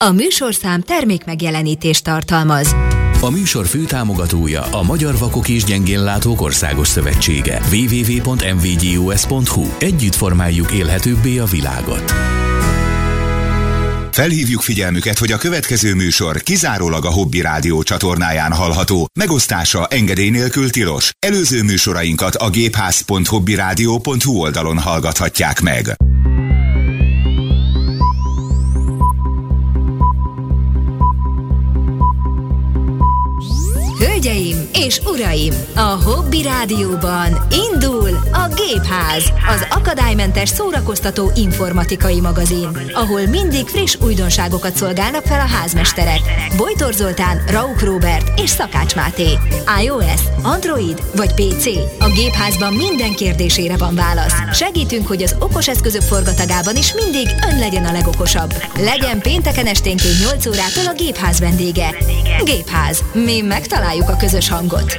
A műsorszám termékmegjelenítést tartalmaz. A műsor főtámogatója a Magyar Vakok és Gyengénlátók Országos Szövetsége. www.mvgus.hu. Együtt formáljuk élhetőbbé a világot. Felhívjuk figyelmüket, hogy a következő műsor kizárólag a Hobby Rádió csatornáján hallható. Megosztása engedély nélkül tilos. Előző műsorainkat a gépház.hobbyradio.hu oldalon hallgathatják meg. Hölgyeim és uraim, a Hobby Rádióban indul a Gépház, az akadálymentes szórakoztató informatikai magazin, ahol mindig friss újdonságokat szolgálnak fel a házmesterek. Bojtor Zoltán, Rauk Róbert és Szakács Máté. iOS, Android vagy PC? A Gépházban minden kérdésére van válasz. Segítünk, hogy az okos eszközök forgatagában is mindig ön legyen a legokosabb. Legyen pénteken esténként 8 órától a Gépház vendége. Gépház. Mi megtaláljuk a közös hangot.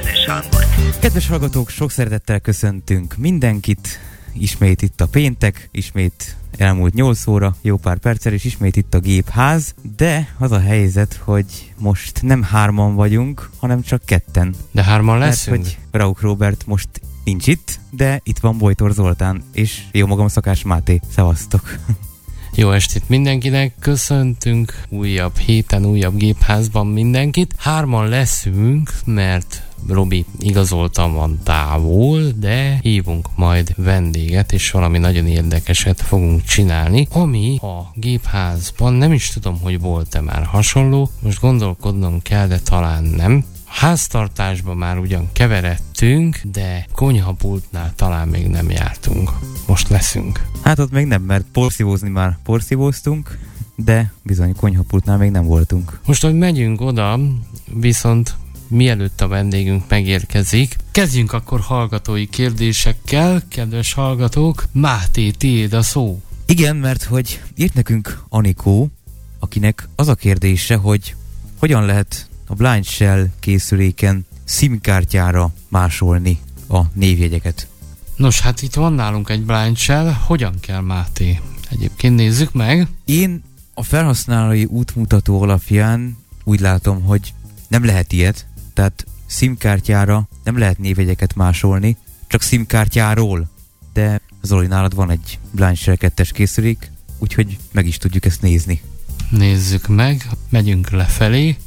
Kedves hallgatók, sok szeretettel köszöntünk mindenkit. Ismét itt a péntek, ismét elmúlt 8 óra, jó pár perccel, és ismét itt a Gépház. De az a helyzet, hogy most nem 3-an vagyunk, hanem csak 2-en. De 3-an leszünk? Mert hogy Rauk Róbert most nincs itt, de itt van Bojtor Zoltán, és jó magam, Szakács Máté. Szevasztok! Jó estét mindenkinek, köszöntünk újabb héten, újabb Gépházban mindenkit. 3-an leszünk, mert Robi igazoltan van távol, de hívunk majd vendéget, és valami nagyon érdekeset fogunk csinálni, ami a Gépházban, nem is tudom, hogy volt-e már hasonló, most gondolkodnom kell, de talán nem. Háztartásban már ugyan keveredtünk, de konyhapultnál talán még nem jártunk. Most leszünk. Hát ott még nem, mert porszívózni már porszívóztunk, de bizony konyhapultnál még nem voltunk. Most, hogy megyünk oda, viszont mielőtt a vendégünk megérkezik, kezdjünk akkor hallgatói kérdésekkel, kedves hallgatók. Máté, tiéd a szó. Igen, mert hogy írt nekünk Anikó, akinek az a kérdése, hogy hogyan lehet a Blind Shell készüléken SIM-kártyára másolni a névjegyeket. Nos, hát itt van nálunk egy Blind Shell. Hogyan kell, Máté? Egyébként nézzük meg. Én a felhasználói útmutató alapján úgy látom, hogy nem lehet ilyet, tehát SIM-kártyára nem lehet névjegyeket másolni, csak SIM-kártyáról. De Zoli, nálad van egy Blind Shell 2-es készülék, úgyhogy meg is tudjuk ezt nézni. Nézzük meg, megyünk lefelé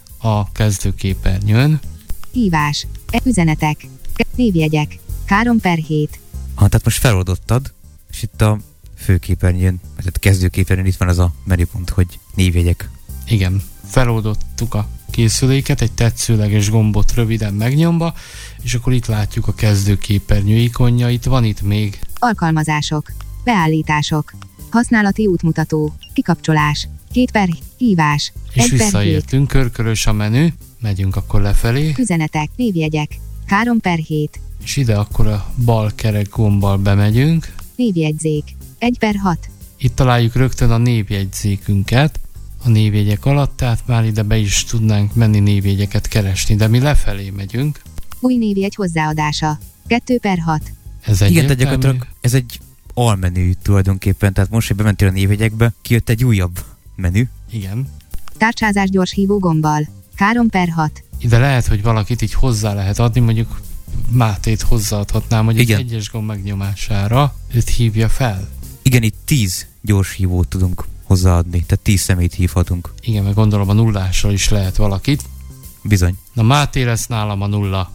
a kezdőképernyőn. Hívás, üzenetek, névjegyek, 3/7. Tehát most feloldottad, és itt a főképernyőn, tehát kezdőképernyőn itt van az a menüpont, hogy névjegyek. Igen, feloldottuk a készüléket, egy tetszőleges gombot röviden megnyomva, és akkor itt látjuk a kezdőképernyő ikonjait, van itt még Alkalmazások, beállítások, használati útmutató, kikapcsolás, 2/, hívás, és 1/7. visszaértünk, körkörös a menü, megyünk akkor lefelé. Üzenetek, névjegyek, 3/7. És ide akkor a bal kerek gombbal bemegyünk. Névjegyzék, 1/6. Itt találjuk rögtön a névjegyzékünket a névjegyek alatt, tehát már ide be is tudnánk menni névjegyeket keresni, de mi lefelé megyünk. Új névjegy hozzáadása, 2/6. Ez igen, tehát gyakorlatilag ez egy almenü tulajdonképpen, tehát most, hogy bementél a névjegyekbe, kijött egy újabb menü. Igen. Tárcsázás gyorshívó gombbal, 3/6. Ide lehet, hogy valakit így hozzá lehet adni, mondjuk Mátét hozzáadhatnám, hogy egy egyes gomb megnyomására őt hívja fel. Igen, itt 10 gyorshívót tudunk hozzáadni, tehát 10 személyt hívhatunk. Igen, meg gondolom a nullásra is lehet valakit. Bizony. Na, Máté lesz nálam a 0.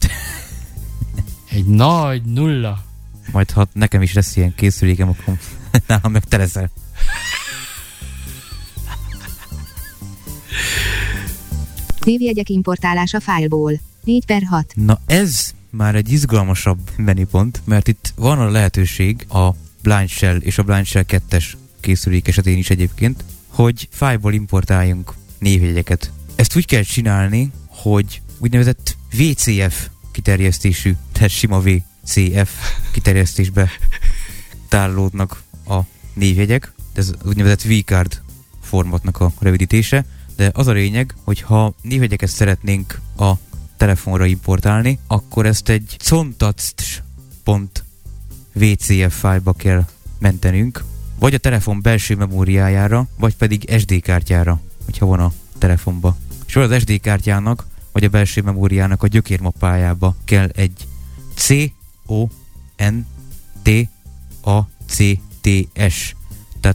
Egy nagy 0. Majd ha nekem is lesz ilyen készülékem, akkor nálam meg te leszel. Névjegyek importálása fájlból, 4/6. Na ez már egy izgalmasabb menüpont, mert itt van a lehetőség a Blind Shell és a Blind Shell 2-es készülék esetén is egyébként, hogy fájlból importáljunk névjegyeket. Ezt úgy kell csinálni, hogy úgynevezett VCF kiterjesztésű, tehát sima VCF kiterjesztésbe tárolódnak a névjegyek. Ez úgynevezett V-card formatnak a rövidítése, de az a lényeg, hogy ha névjegyeket szeretnénk a telefonra importálni, akkor ezt egy contatst.vcf fájlba kell mentenünk, vagy a telefon belső memóriájára, vagy pedig SD kártyára, hogyha van a telefonba. És az SD kártyának, vagy a belső memóriának a gyökérmappájába kell egy CONTACTS, tehát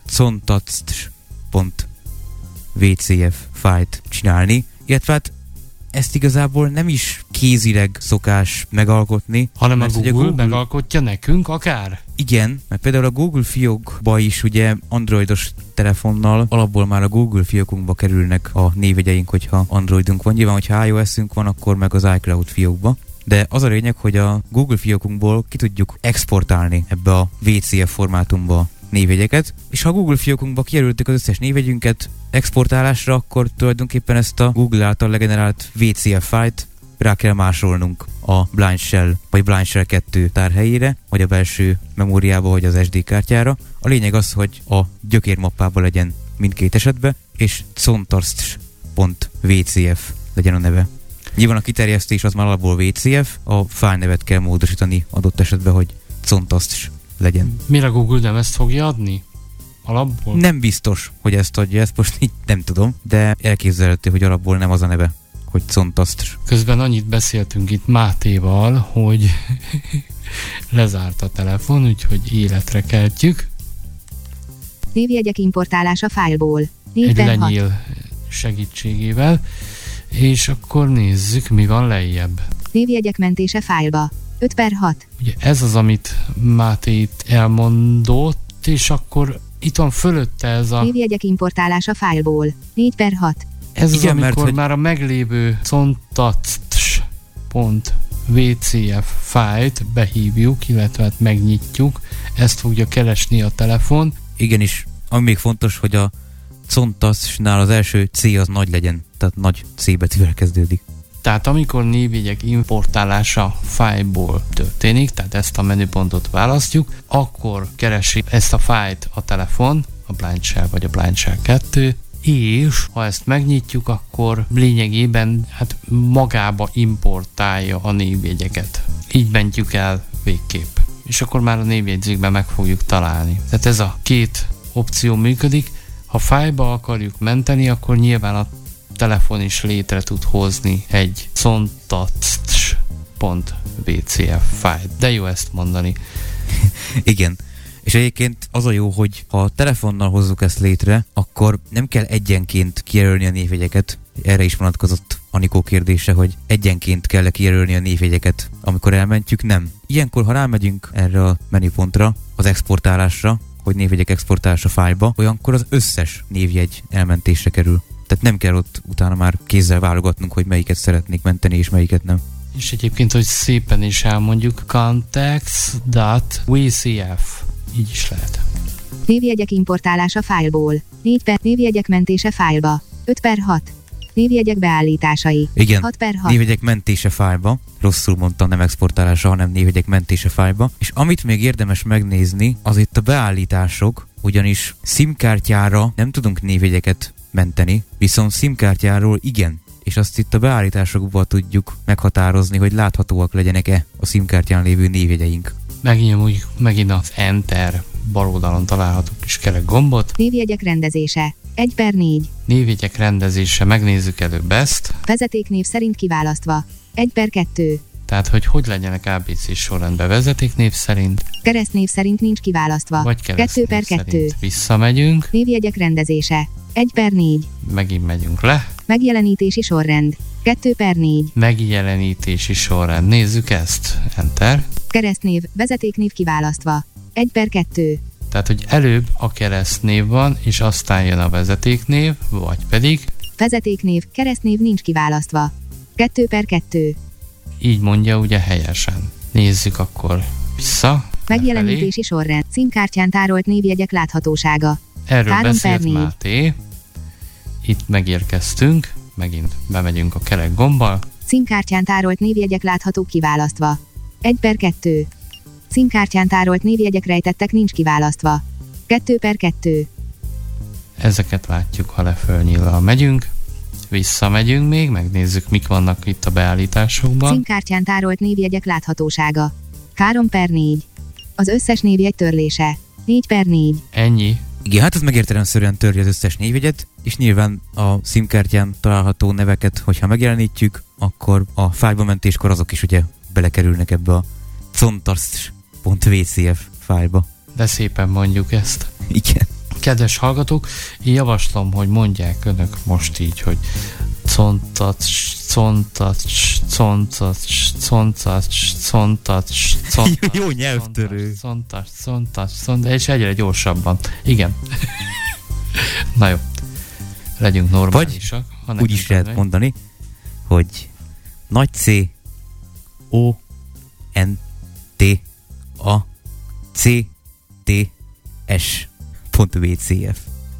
contacts.vcf fájlt csinálni, illetve hát ezt igazából nem is kézileg szokás megalkotni. Hanem a Google megalkotja nekünk akár? Igen, mert például a Google fiókba is ugye androidos telefonnal alapból már a Google fiókunkba kerülnek a névjegyeink, hogyha androidunk van. Nyilván, hogyha iOS-ünk van, akkor meg az iCloud fiókba. De az a lényeg, hogy a Google fiókunkból ki tudjuk exportálni ebbe a VCF formátumba névjegyeket, és ha a Google fiókunkba kijelöltük az összes névjegyünket exportálásra, akkor tulajdonképpen ezt a Google által legenerált VCF fájlt rá kell másolnunk a Blind Shell vagy Blind Shell 2 tárhelyére, vagy a belső memóriába, vagy az SD kártyára. A lényeg az, hogy a gyökérmappában legyen mindkét esetben, és contacts.vcf legyen a neve. Nyilván a kiterjesztés az már alapból VCF, a fájlnevet kell módosítani adott esetben, hogy contacts legyen. Mire Google nem ezt fogja adni? Alapból? Nem biztos, hogy ezt adja, ezt most így nem tudom, de elképzelhető, hogy alapból nem az a neve, hogy contacts. Közben annyit beszéltünk itt Mátéval, hogy lezárt a telefon, úgyhogy életre keltjük. Névjegyek importálása fájlból. Egy lenyél segítségével, és akkor nézzük, mi van lejjebb. Névjegyek mentése fájlba. 5/6. Ugye ez az, amit Máté itt elmondott, és akkor itt van fölötte ez a... Névjegyek importálása fájlból. 4/6. Ez az, igen, amikor mert, már a meglévő contacts.vcf fájlt behívjuk, illetve hát megnyitjuk, ezt fogja keresni a telefon. Igenis, ami még fontos, hogy a contactsnál az első C az nagy legyen, tehát nagy C betűvel kezdődik. Tehát amikor névjegyek importálása fájlból történik, tehát ezt a menüpontot választjuk, akkor keresi ezt a fájlt a telefon, a Blind Shell vagy a Blind Shell 2, és ha ezt megnyitjuk, akkor lényegében hát magába importálja a névjegyeket. Így mentjük el végképp. És akkor már a névjegyzékben meg fogjuk találni. Tehát ez a két opció működik. Ha fájlba akarjuk menteni, akkor nyilván a telefon is létre tud hozni egy contacts.vcf fájlt. De jó ezt mondani. Igen. És egyébként az a jó, hogy ha a telefonnal hozzuk ezt létre, akkor nem kell egyenként kijelölni a névjegyeket. Erre is vonatkozott Anikó kérdése, hogy egyenként kell kijelölni a névjegyeket, amikor elmentjük, nem. Ilyenkor, ha rámegyünk erre a menüpontra, az exportálásra, hogy névjegyek exportálása fájlba, olyankor az összes névjegy elmentésre kerül. Tehát nem kell ott utána már kézzel válogatnunk, hogy melyiket szeretnék menteni, és melyiket nem. És egyébként, hogy szépen is elmondjuk, contacts.vcf. Így is lehet. Névjegyek importálása fájlból. 4/. Névjegyek mentése fájlba. 5/6. Névjegyek beállításai. Igen, 6/6. névjegyek mentése fájlba. Rosszul mondtam, nem exportálása, hanem névjegyek mentése fájlba. És amit még érdemes megnézni, az itt a beállítások, ugyanis SIM-kártyára nem tudunk névjegyeket menteni, viszont SIM-kártyáról igen. És azt itt a beállításokban tudjuk meghatározni, hogy láthatóak legyenek-e a SIM-kártyán lévő névjegyeink. Megint az Enter bal oldalon található kis kerek gombot. Névjegyek rendezése. 1/4. Névjegyek rendezése, megnézzük előbb ezt. Vezetéknév szerint kiválasztva. 1/2. Tehát, hogy legyenek ABC sorrendben vezetéknév szerint. Keresztnév szerint nincs kiválasztva. Vagy keresztnév 2/2. szerint. Visszamegyünk. Névjegyek rendezése. 1/4. Megint megyünk le. Megjelenítési sorrend. 2/4. Megjelenítési sorrend. Nézzük ezt. Enter. Keresztnév, vezetéknév kiválasztva. 1/2. Tehát, hogy előbb a keresztnév van, és aztán jön a vezetéknév, vagy pedig... Vezetéknév, keresztnév nincs kiválasztva. 2/2. Így mondja ugye helyesen. Nézzük akkor vissza. Megjelenítési sorrend. SIM-kártyán tárolt névjegyek láthatósága. Erről beszélt Máté. Itt megérkeztünk. Megint bemegyünk a kerek gombbal. SIM-kártyán tárolt névjegyek láthatók kiválasztva. 1/2. SIM-kártyán tárolt névjegyek rejtettek nincs kiválasztva. 2/2. Ezeket látjuk, ha lefölnyillal megyünk. Visszamegyünk még, megnézzük, mik vannak itt a beállításokban. SIM-kártyán tárolt névjegyek láthatósága. 3/4. Az összes névjegy törlése. 4/4. Ennyi. Igen, hát ez megértelemszerűen törje az összes névjegyet, és nyilván a SIM-kártyán található neveket, hogyha megjelenítjük, akkor a fájlba mentéskor azok is ugye belekerülnek ebbe a contas.vcf fájlba. De szépen mondjuk ezt. Igen. Kedves hallgatók, én javaslom, hogy mondják önök most így, hogy Jó nyelvtörő. És egyre gyorsabban. Igen. Na jó. Legyünk normálisak. Úgy is lehet mondani, hogy nagy C O N T A C T S .vcf.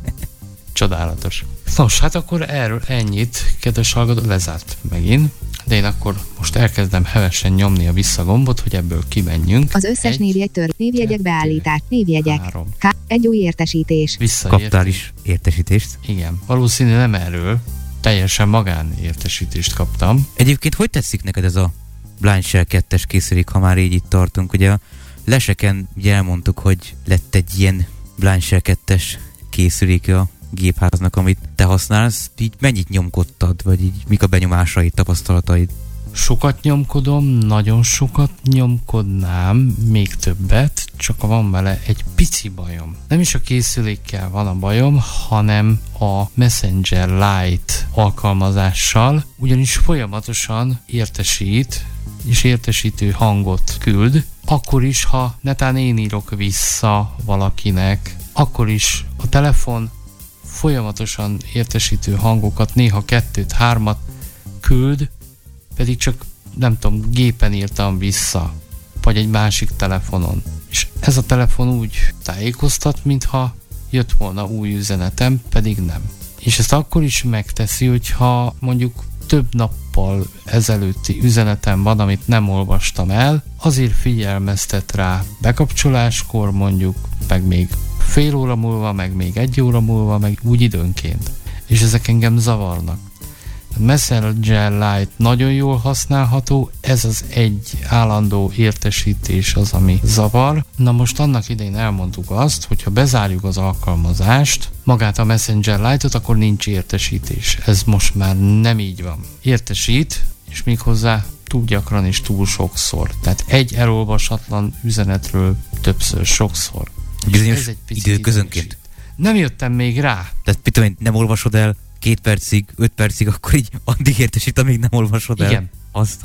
Csodálatos. Nos, hát akkor erről ennyit, kedves hallgató, lezárt megint, de én akkor most elkezdem hevesen nyomni a visszagombot, hogy ebből kimenjünk. Az összes névjegytől, névjegyek beállítás, névjegyek, egy új értesítés. Kaptál is értesítést? Igen, valószínű nem erről, teljesen magánértesítést kaptam. Egyébként hogy tetszik neked ez a Blind Shell 2-es készülék, ha már így itt tartunk? Ugye a leseken ugye elmondtuk, hogy lett egy ilyen Blind Shell 2-es készüléke a gépháznak, amit te használsz, így mennyit nyomkodtad, vagy így mik a benyomásaid, tapasztalataid? Sokat nyomkodom, nagyon sokat nyomkodnám, még többet, csak van vele egy pici bajom. Nem is a készülékkel van a bajom, hanem a Messenger Lite alkalmazással, ugyanis folyamatosan értesít, és értesítő hangot küld, akkor is, ha netán én írok vissza valakinek, akkor is a telefon folyamatosan értesítő hangokat, néha 2-3 küld, pedig csak nem tudom, gépen írtam vissza, vagy egy másik telefonon. És ez a telefon úgy tájékoztat, mintha jött volna új üzenetem, pedig nem. És ezt akkor is megteszi, hogyha mondjuk több nappal ezelőtti üzenetem van, amit nem olvastam el, azért figyelmeztet rá bekapcsoláskor mondjuk, meg még fél óra múlva, meg még 1 óra múlva, meg úgy időnként. És ezek engem zavarnak. A Messenger Lite nagyon jól használható, ez az egy állandó értesítés az, ami zavar. Na most annak idején elmondtuk azt, hogyha bezárjuk az alkalmazást, magát a Messenger Lite-ot, akkor nincs értesítés. Ez most már nem így van. Értesít, és méghozzá túl gyakran és túl sokszor. Tehát egy elolvasatlan üzenetről többször sokszor. Bizonyos időközönként. Nem jöttem még rá. Tehát mit tudom én, nem olvasod el 2 percig, 5 percig, akkor így addig értesít, amíg nem olvasod el. Igen.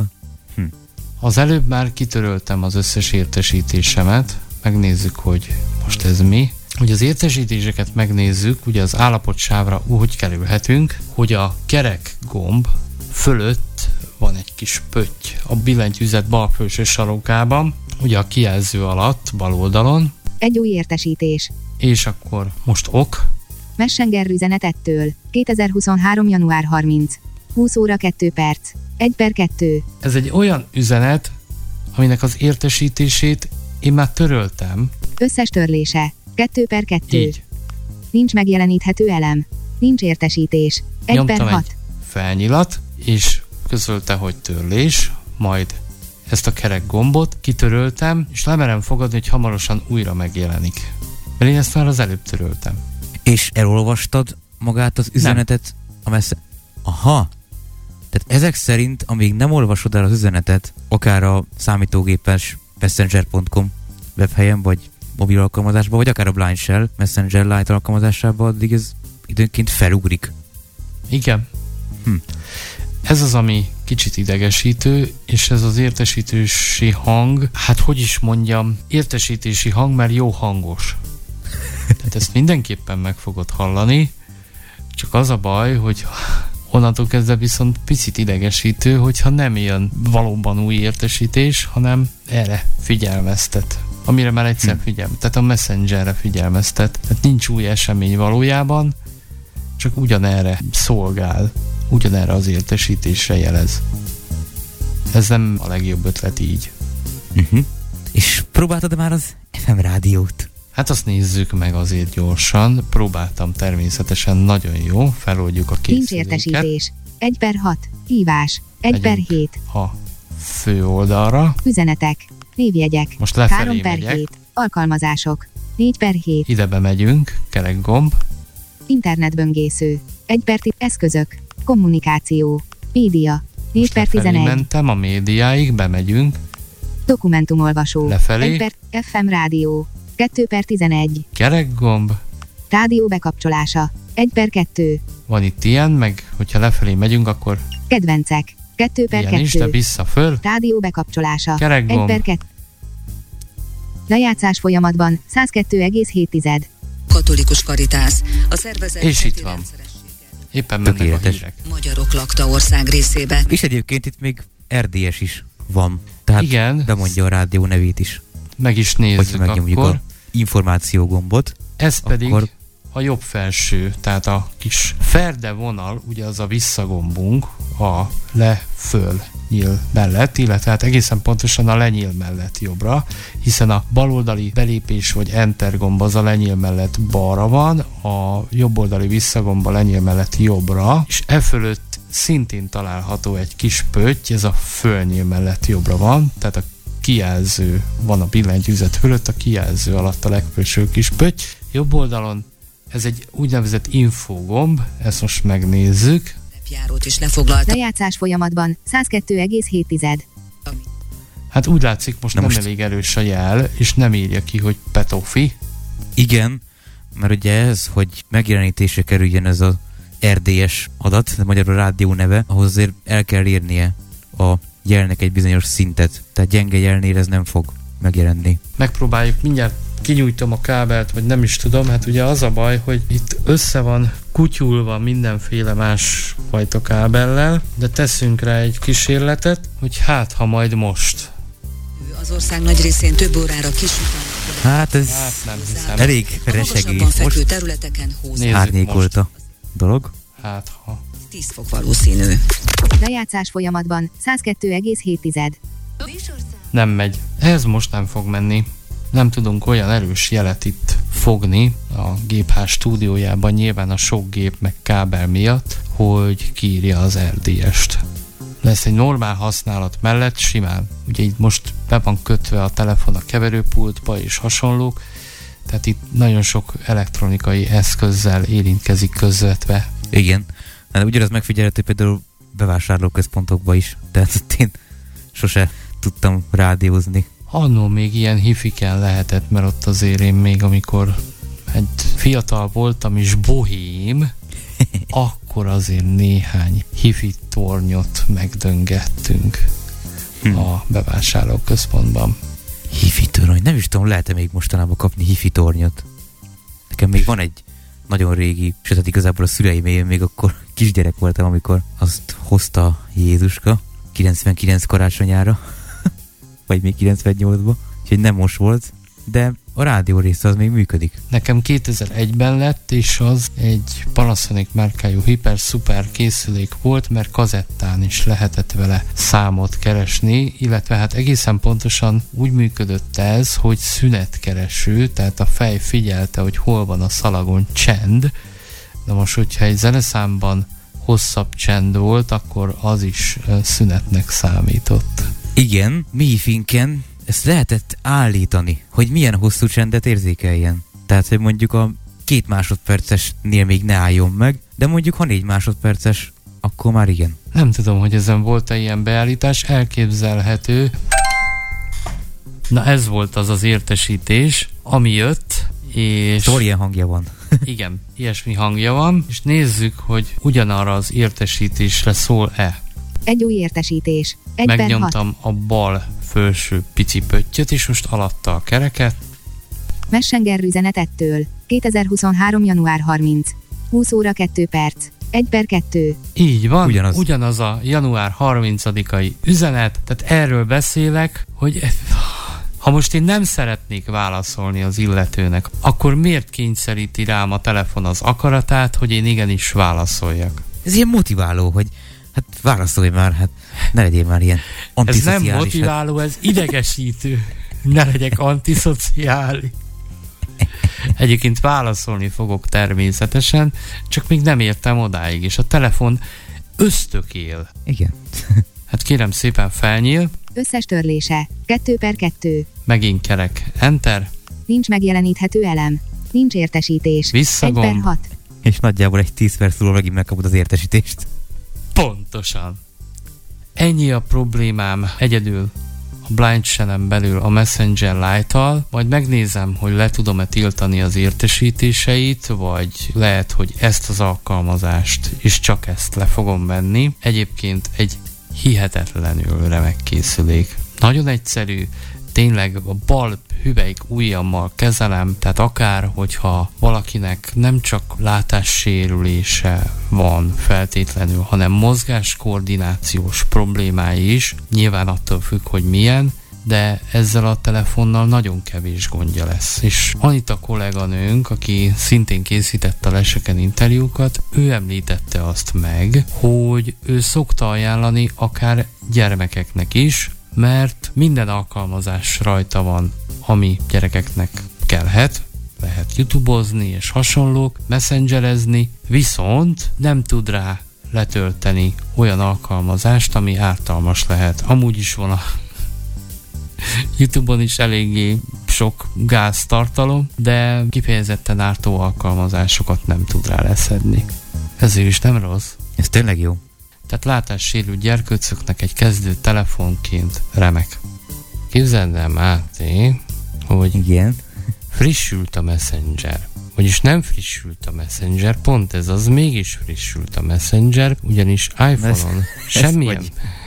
Az előbb már kitöröltem az összes értesítésemet. Megnézzük, hogy most ez mi. Hogy az értesítéseket megnézzük, ugye az állapotsávra úgy kerülhetünk, hogy a kerek gomb fölött van egy kis pötty a billentyűzet bal felső sarokában, ugye a kijelző alatt, bal oldalon. Egy új értesítés. És akkor most ok. Messenger üzenet ettől. 2023. január 30. 20 óra 2 perc. 1/2. Ez egy olyan üzenet, aminek az értesítését én már töröltem. Összes törlése. 2/2. Így. Nincs megjeleníthető elem. Nincs értesítés. Nyomtam 1/6. egy felnyilat, és közölte, hogy törlés, majd ezt a kerek gombot kitöröltem, és lemerem fogadni, hogy hamarosan újra megjelenik. Mert én ezt már az előbb töröltem. És elolvastad magát az üzenetet? Aha! Tehát ezek szerint, amíg nem olvasod el az üzenetet, akár a számítógépes messenger.com webhelyen, vagy mobil alkalmazásban, vagy akár a Blind Shell Messenger Lite alkalmazásában, addig ez időnként felugrik. Igen. Ez az, ami kicsit idegesítő, és ez az értesítési hang, hát hogy is mondjam, értesítési hang, mert jó hangos. Tehát ezt mindenképpen meg fogod hallani, csak az a baj, hogy onnantól kezdve viszont picit idegesítő, hogyha nem ilyen valóban új értesítés, hanem erre figyelmeztet. Amire már egyszer tehát a Messengerre figyelmeztet. Tehát nincs új esemény valójában, csak ugyanerre szolgál, ugyanerre az értesítésre jelez. Ez nem a legjobb ötlet így. És próbáltad már az FM rádiót? Hát azt nézzük meg azért gyorsan. Próbáltam természetesen, nagyon jó. Feloldjuk a készüléket. Nincs értesítés. 1/6. Hívás. 1/7. A fő oldalra. Üzenetek. Névjegyek. Most lefelé megyek. 3/7. Alkalmazások. 4/7. Ide bemegyünk, kerek gomb. Internetböngésző. 1/10. Eszközök. Kommunikáció. Média. 4/11. Mentem a médiáig, bemegyünk. Dokumentumolvasó. Lefelé. 1/. FM rádió. 2/11. Kerek gomb. Rádió bekapcsolása. 1/2. Van itt ilyen, meg hogyha lefelé megyünk, akkor Kedvencek. ilyen is, de 2/2. vissza föl. Rádió bekapcsolása. Kerek gomb. 1/2. Lejátszás folyamatban. 102,7. Katolikus Karitász. A szervezet És itt van. Éppen mennek a Tökéletes. hírek. magyarok lakta ország részébe. És egyébként itt még RDS is van. Tehát Igen. bemondja a rádió nevét is. Meg is Hogyha nézzük megnyomjuk akkor. a információ gombot. Ez pedig akkor- a jobb felső, tehát a kis ferde vonal, ugye az a visszagombunk a le-föl nyíl mellett, illetve hát egészen pontosan a lenyíl mellett jobbra, hiszen a baloldali belépés vagy enter gomb az a lenyíl mellett balra van, a jobboldali visszagomb a lenyíl mellett jobbra, és e fölött szintén található egy kis pötty, ez a fölnyíl mellett jobbra van, tehát a kijelző van a billentyűzet fölött, a kijelző alatt a legfelső kis pötty. Jobb oldalon ez egy úgynevezett infogomb, ezt most megnézzük. Járót is lefoglalta. Lejátszás folyamatban. 102,7. Hát úgy látszik, most Na nem most- elég erős a jel, és nem írja ki, hogy Petőfi. Igen, mert ugye ez, hogy megjelenítésre kerüljön ez az RDS adat, de magyarul rádió neve, ahhoz azért el kell érnie a jelnek egy bizonyos szintet. Tehát gyenge jelnél ez nem fog megjelenni. Megpróbáljuk, mindjárt kinyújtom a kábelt, vagy nem is tudom, hát ugye az a baj, hogy itt össze van kutyulva mindenféle más fajta kábellel, de teszünk rá egy kísérletet, hogy hát ha majd most. Az ország nagy részén több órára kisütnek. Hát ez Hát nem hiszem. elég A resegés. magasabban fekvő Most területeken hóz. Nézzük árnyékolt a dolog. Hát ha. 10 fok valószínű. Lejátszás folyamatban. 102,7. Nem megy. Ez most nem fog menni. Nem tudunk olyan erős jelet itt fogni a gépház stúdiójában, nyilván a sok gép meg kábel miatt, hogy kiírja az RDS-t. Lesz egy normál használat mellett simán. Ugye itt most be van kötve a telefon a keverőpultba és hasonlók, tehát itt nagyon sok elektronikai eszközzel érintkezik közvetve. Igen. Hát ugyanaz megfigyelhető például bevásárlóközpontokban is. Tehát ott én sose tudtam rádiózni. Annó még ilyen hifiken lehetett, mert ott azért én még amikor egy fiatal voltam és bohém, akkor azért néhány hifi tornyot megdöngettünk a bevásárlóközpontban. Hifi torony. Nem is tudom, lehet-e még mostanában kapni hifi tornyot. Nekem még van egy nagyon régi, sőt, hát igazából a szüleim, én még akkor kisgyerek voltam, amikor azt hozta Jézuska 99 karácsonyára, vagy még 98-ba, úgyhogy nem most volt, de a rádió része az még működik. Nekem 2001-ben lett, és az egy Panasonic márkájú hiper-szuper készülék volt, mert kazettán is lehetett vele számot keresni, illetve hát egészen pontosan úgy működött ez, hogy szünetkereső, tehát a fej figyelte, hogy hol van a szalagon csend. Na most, hogyha egy zeneszámban hosszabb csend volt, akkor az is szünetnek számított. Igen, mi finken ezt lehetett állítani, hogy milyen hosszú csendet érzékeljen. Tehát, hogy mondjuk a 2 másodpercesnél még ne álljon meg, de mondjuk ha 4 másodperces, akkor már igen. Nem tudom, hogy ezen volt-e ilyen beállítás, elképzelhető. Na ez volt az az értesítés, ami jött, és Szóval ilyen hangja van. igen, ilyesmi hangja van, és nézzük, hogy ugyanarra az értesítésre szól-e. Egy új értesítés. 1/6. Megnyomtam a bal felső pici pöttyöt, és most alatta a kereket. Messenger üzenet ettől. 2023. január 30. 20 óra 2 perc. 1/2. Így van, Ugyanaz. a január 30-ai üzenet, tehát erről beszélek, hogy ha most én nem szeretnék válaszolni az illetőnek, akkor miért kényszeríti rám a telefon az akaratát, hogy én igenis válaszoljak? Ez ilyen motiváló, hogy hát válaszolj már, hát ne legyél már ilyen Ez antiszociális. nem motiváló, ez idegesítő. Ne legyek antiszociális. Egyébként válaszolni fogok természetesen, csak még nem értem odáig, és a telefon ösztökél. Igen. Hát kérem szépen felnyíl, Összes törlése. 2/2. megint kerek, enter, Nincs megjeleníthető elem. Nincs értesítés. Visszagomb. 1/6. És nagyjából egy 10 perc múlva megint megkapod az értesítést. Pontosan. Ennyi a problémám egyedül a Blind Shell-en belül a Messenger Lite-tal, majd megnézem, hogy le tudom-e tiltani az értesítéseit, vagy lehet, hogy ezt az alkalmazást és csak ezt le fogom venni. Egyébként egy hihetetlenül remek készülék. Nagyon egyszerű, tényleg a bal hüvelyk ujjammal kezelem, tehát akár, hogyha valakinek nem csak látássérülése van feltétlenül, hanem mozgáskoordinációs problémái is, nyilván attól függ, hogy milyen, de ezzel a telefonnal nagyon kevés gondja lesz. És Anita kolléganőnk, aki szintén készítette a Leseken interjúkat, ő említette azt meg, hogy ő szokta ajánlani akár gyermekeknek is, mert minden alkalmazás rajta van, ami gyerekeknek kellhet, lehet YouTubeozni és hasonlók, messengerezni, viszont nem tud rá letölteni olyan alkalmazást, ami ártalmas lehet. Amúgy is van a YouTube-on is eléggé sok gáztartalom, de kifejezetten ártó alkalmazásokat nem tud rá leszedni. Ezért is nem rossz. Ez tényleg jó. Tehát látássérült gyerkőcöknek egy kezdő telefonként remek. Képzeld el, Máté, hogy igen, frissült a Messenger. Vagyis nem frissült a Messenger, pont ez az, mégis frissült a Messenger, ugyanis iPhone-on semmilyen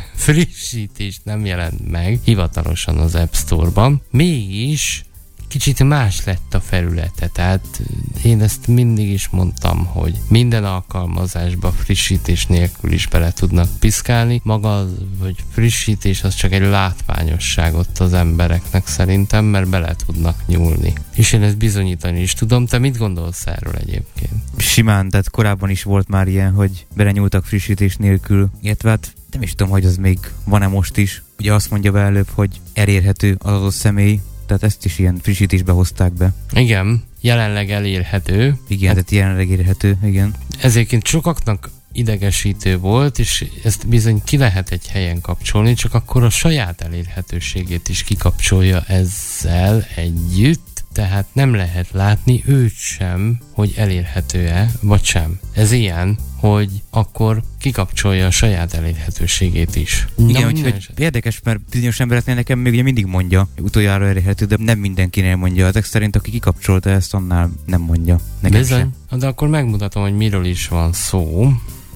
frissítés nem jelent meg hivatalosan az App Store-ban, mégis kicsit más lett a felülete, tehát én ezt mindig is mondtam, hogy minden alkalmazásba frissítés nélkül is bele tudnak piszkálni. Maga hogy frissítés az csak egy látványosságot az embereknek szerintem, mert bele tudnak nyúlni. És én ezt bizonyítani is tudom. Te mit gondolsz erről egyébként? Simán, tehát korábban is volt már ilyen, hogy belenyúltak frissítés nélkül, illetve hát nem is tudom, hogy az még van-e most is. Ugye azt mondja be előbb, hogy elérhető az adott személy, tehát ezt is ilyen frissítésbe hozták be. Igen, jelenleg elérhető. Igen, tehát jelenleg érhető, igen. Ezért sokaknak idegesítő volt, és ezt bizony ki lehet egy helyen kapcsolni, csak akkor a saját elérhetőségét is kikapcsolja ezzel együtt, tehát nem lehet látni őt sem, hogy elérhető-e, vagy sem. Ez ilyen, hogy akkor kikapcsolja a saját elérhetőségét is. Igen, úgyhogy érdekes, mert bizonyos embereknél nekem még ugye mindig mondja, utoljára elérhető, de nem mindenkinél mondja. Ezek szerint, aki kikapcsolta ezt, annál nem mondja. Nekem bizony, sem. de akkor megmutatom, hogy miről is van szó.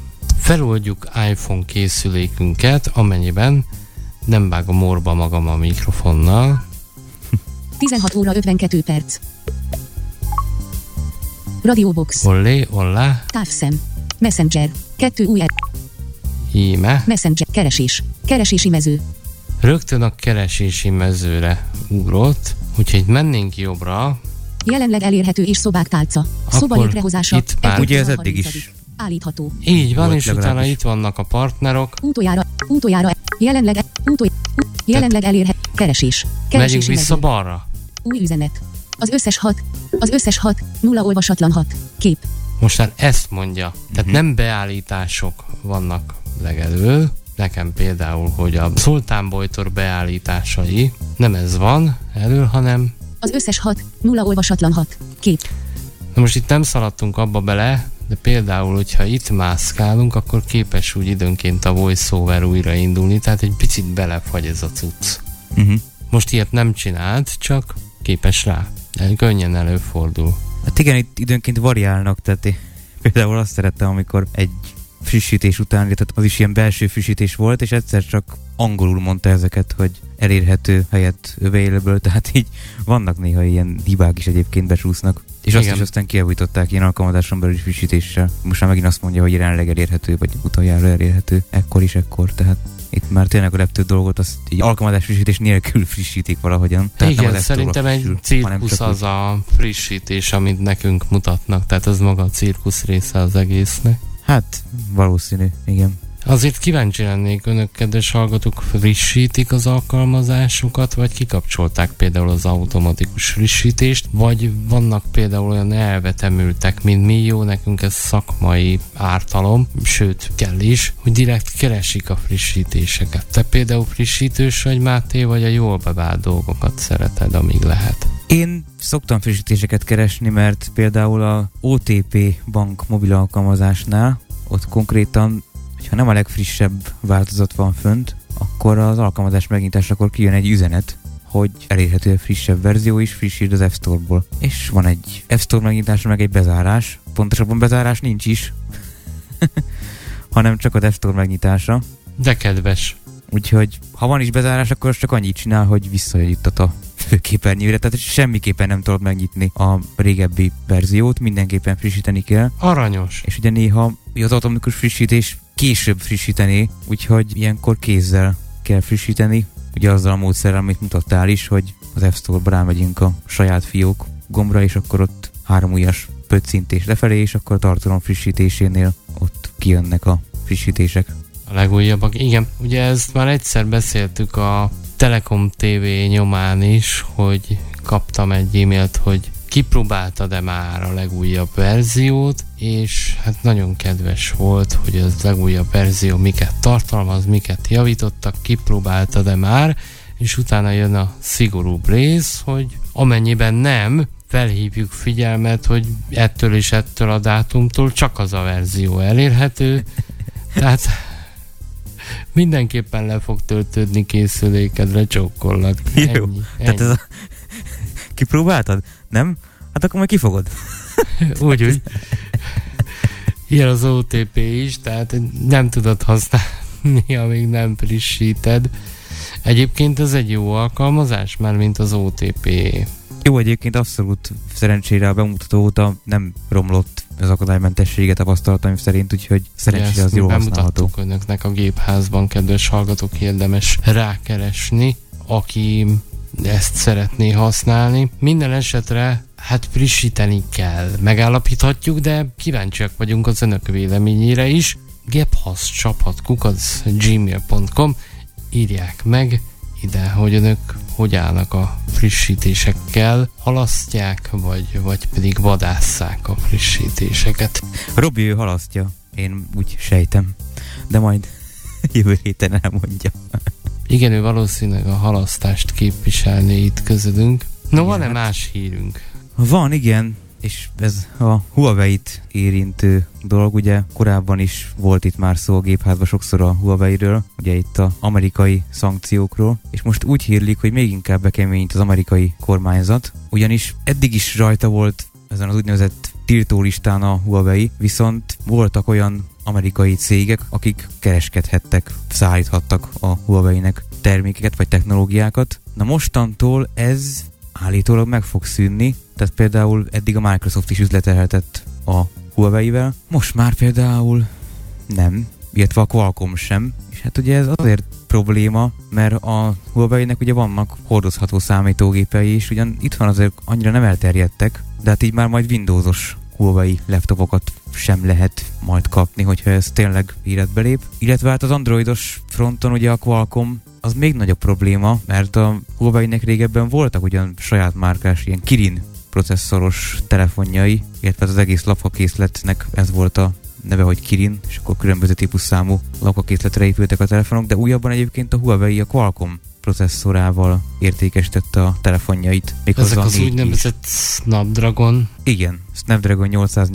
Feloldjuk iPhone készülékünket, amennyiben nem vág a morba magam a mikrofonnal. 16 óra 52 perc. Radiobox. Ollé, ollá. Távszem. Messenger. 2 új Íme. Messenger. Keresés. Keresési mező. Rögtön a keresési mezőre ugrott, úgyhogy mennénk jobbra. Jelenleg elérhető és szobák tálca. Szoba létrehozása. Itt már ugye ez eddig is állítható. így van, és legalábbis. utána itt vannak a partnerok. Utoljára. Jelenleg elérhető. Keresés. Megyünk Keresési vissza mező. balra. Új üzenet. Az összes 6. 0 olvasatlan 6. Kép. Most már ezt mondja. Tehát nem beállítások vannak legelől. Nekem például, hogy a Szultán Bojtor beállításai, nem ez van elől, hanem... Az összes 6. 0 olvasatlan 6. Kép. Na most itt nem szaladtunk abba bele, de például, hogyha itt mászkálunk, akkor képes úgy időnként a VoiceOver újraindulni, tehát egy picit belefagy ez a cucc. Most ilyet nem csinált, csak képes rá. De könnyen előfordul. Hát igen, itt időnként variálnak, tehát én például azt szerettem, amikor egy frissítés után, tehát az is ilyen belső frissítés volt, és egyszer csak angolul mondta ezeket, hogy elérhető helyett available, tehát így vannak néha ilyen hibák is egyébként becsúsznak. És azt is aztán kijavították ilyen alkalmazáson belül frissítéssel. Most már megint azt mondja, hogy jelenleg elérhető, vagy utoljára elérhető. Ekkor, tehát itt már tényleg a legtöbb dolgot azt így alkalmazás frissítés nélkül frissítik valahogyan. Tehát igen, szerintem egy cirkusz az a frissítés, amit nekünk mutatnak, tehát ez maga a cirkusz része az egésznek. Hát, valószínű, igen. Azért kíváncsi lennék, önök, kedves hallgatók, frissítik az alkalmazásokat, vagy kikapcsolták például az automatikus frissítést, vagy vannak például olyan elvetemültek, mint mi, jó, nekünk ez szakmai ártalom, sőt, kell is, hogy direkt keresik a frissítéseket. Te például frissítős vagy, Máté, vagy a jól bevált dolgokat szereted, amíg lehet? Én szoktam frissítéseket keresni, mert például a OTP bank mobil alkalmazásnál ott konkrétan, ha nem a legfrissebb változat van fönt, akkor az alkalmazás megnyitásakor kijön egy üzenet, hogy elérhető a frissebb verzió is, frissítsd az App Store-ból. És van egy App Store megnyitása, meg egy bezárás. Pontosabban bezárás nincs is, hanem csak az App Store megnyitása. De kedves. Úgyhogy ha van is bezárás, akkor csak annyit csinál, hogy visszajuttat a főképernyőre, tehát semmiképpen nem tudod megnyitni a régebbi verziót, mindenképpen frissíteni kell. Aranyos. És ugye néha az automatikus frissítés később frissíteni, úgyhogy ilyenkor kézzel kell frissíteni, ugye azzal a módszerrel, amit mutattál is, hogy az App Store-ba rámegyünk a saját fiók gombra, és akkor ott 3 ujjas pöccintés lefelé, és akkor a tartalom frissítésénél ott kijönnek a frissítések. A legújabbak, igen. Ugye ezt már egyszer beszéltük a Telekom TV nyomán is, hogy kaptam egy e-mailt, hogy kipróbáltad-e már a legújabb verziót, és hát nagyon kedves volt, hogy az legújabb verzió miket tartalmaz, miket javítottak, kipróbáltad-e már, és utána jön a szigorúbb rész, hogy amennyiben nem, felhívjuk figyelmet, hogy ettől és ettől a dátumtól csak az a verzió elérhető, tehát mindenképpen le fog töltődni készülékedre, csókollak. Jó, tehát ez a... Kipróbáltad? Nem? Hát akkor majd kifogod. Úgy. Ilyen az OTP is, tehát nem tudod használni, amíg nem frissíted. Egyébként ez egy jó alkalmazás, már mint az OTP. Jó, egyébként abszolút szerencsére a bemutató óta nem romlott az akadálymentessége tapasztalataim szerint, úgyhogy szerencsére az jól használható. Bemutattuk önöknek a gépházban, kedves hallgatók, érdemes rákeresni, aki ezt szeretné használni. Minden esetre hát frissíteni kell. Megállapíthatjuk, de kíváncsiak vagyunk az önök véleményére is. gephaszcsapat@gmail.com írják meg ide, hogy önök hogy állnak a frissítésekkel, halasztják, vagy pedig vadásszák a frissítéseket. Robi ő halasztja, én úgy sejtem, de majd jövő héten elmondja. Igen, ő valószínűleg a halasztást képviselni itt közöttünk. No, van-e más hírünk? Van, igen, és ez a Huawei-t érintő dolog, ugye korábban is volt itt már szó a gépházban sokszor a Huawei-ről, ugye itt az amerikai szankciókról, és most úgy hírlik, hogy még inkább bekeményít az amerikai kormányzat, ugyanis eddig is rajta volt ezen az úgynevezett tiltólistán a Huawei, viszont voltak olyan amerikai cégek, akik kereskedhettek, szállíthattak a Huawei-nek termékeket vagy technológiákat. Na mostantól ez állítólag meg fog szűnni, tehát például eddig a Microsoft is üzletelhetett a Huawei-vel, most már például nem, illetve a Qualcomm sem, és hát ugye ez azért probléma, mert a Huawei-nek ugye vannak hordozható számítógépei is, ugyan itt van azért annyira nem elterjedtek, de hát így már majd Windowsos Huawei laptopokat sem lehet majd kapni, hogyha ez tényleg életbe lép. Illetve hát az androidos fronton ugye a Qualcomm az még nagyobb probléma, mert a Huawei-nek régebben voltak ugyan saját márkás ilyen Kirin processzoros telefonjai, illetve az egész lapkakészletnek ez volt a neve, hogy Kirin, és akkor különböző típusszámú lapkakészletre épültek a telefonok, de újabban egyébként a Huawei a Qualcomm processzorával értékesítette a telefonjait. Ezek az úgynevezett Snapdragon? Igen, Snapdragon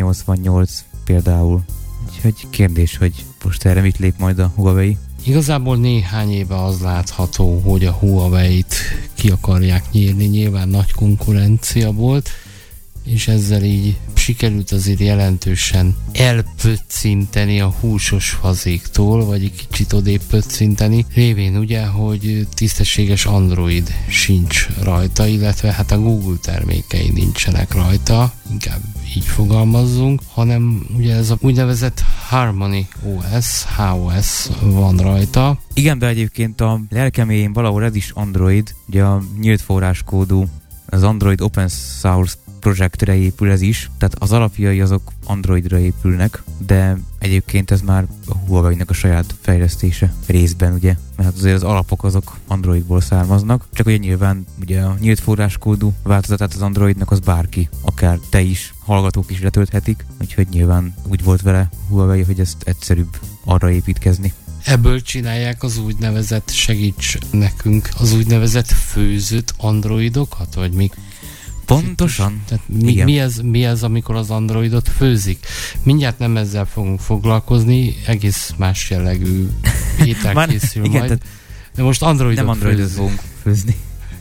888 például. Úgyhogy kérdés, hogy most erre mit lép majd a Huawei? Igazából néhány éve az látható, hogy a Huawei-t ki akarják nyírni, nyilván nagy konkurencia volt, és ezzel így sikerült azért jelentősen elpöccinteni a húsos fazéktól, vagy egy kicsit odébb pöccinteni, révén ugye, hogy tisztességes Android sincs rajta, illetve hát a Google termékei nincsenek rajta, inkább így fogalmazzunk, hanem ugye ez a úgynevezett Harmony OS, HOS van rajta. Igen, de egyébként a lelkeméjén valahol ez is Android, ugye a nyílt forráskódú, az Android Open Source projektre épül ez is, tehát az alapjai azok Androidra épülnek, de egyébként ez már a Huawei-nek a saját fejlesztése részben, ugye, mert azért az alapok azok Androidból származnak, csak ugye nyilván ugye a nyílt forráskódú változatát az Androidnak az bárki, akár te is, hallgatók is letölthetik, úgyhogy nyilván úgy volt vele Huawei, hogy ezt egyszerűbb arra építkezni. Ebből csinálják az úgynevezett, segíts nekünk, az úgynevezett főzött androidokat, vagy mi? Pontosan. Tehát Igen. mi az, amikor az Androidot főzik? Mindjárt nem ezzel fogunk foglalkozni, egész más jellegű étel készül igen, majd. De most Androidot nem Androidot fogunk főzni.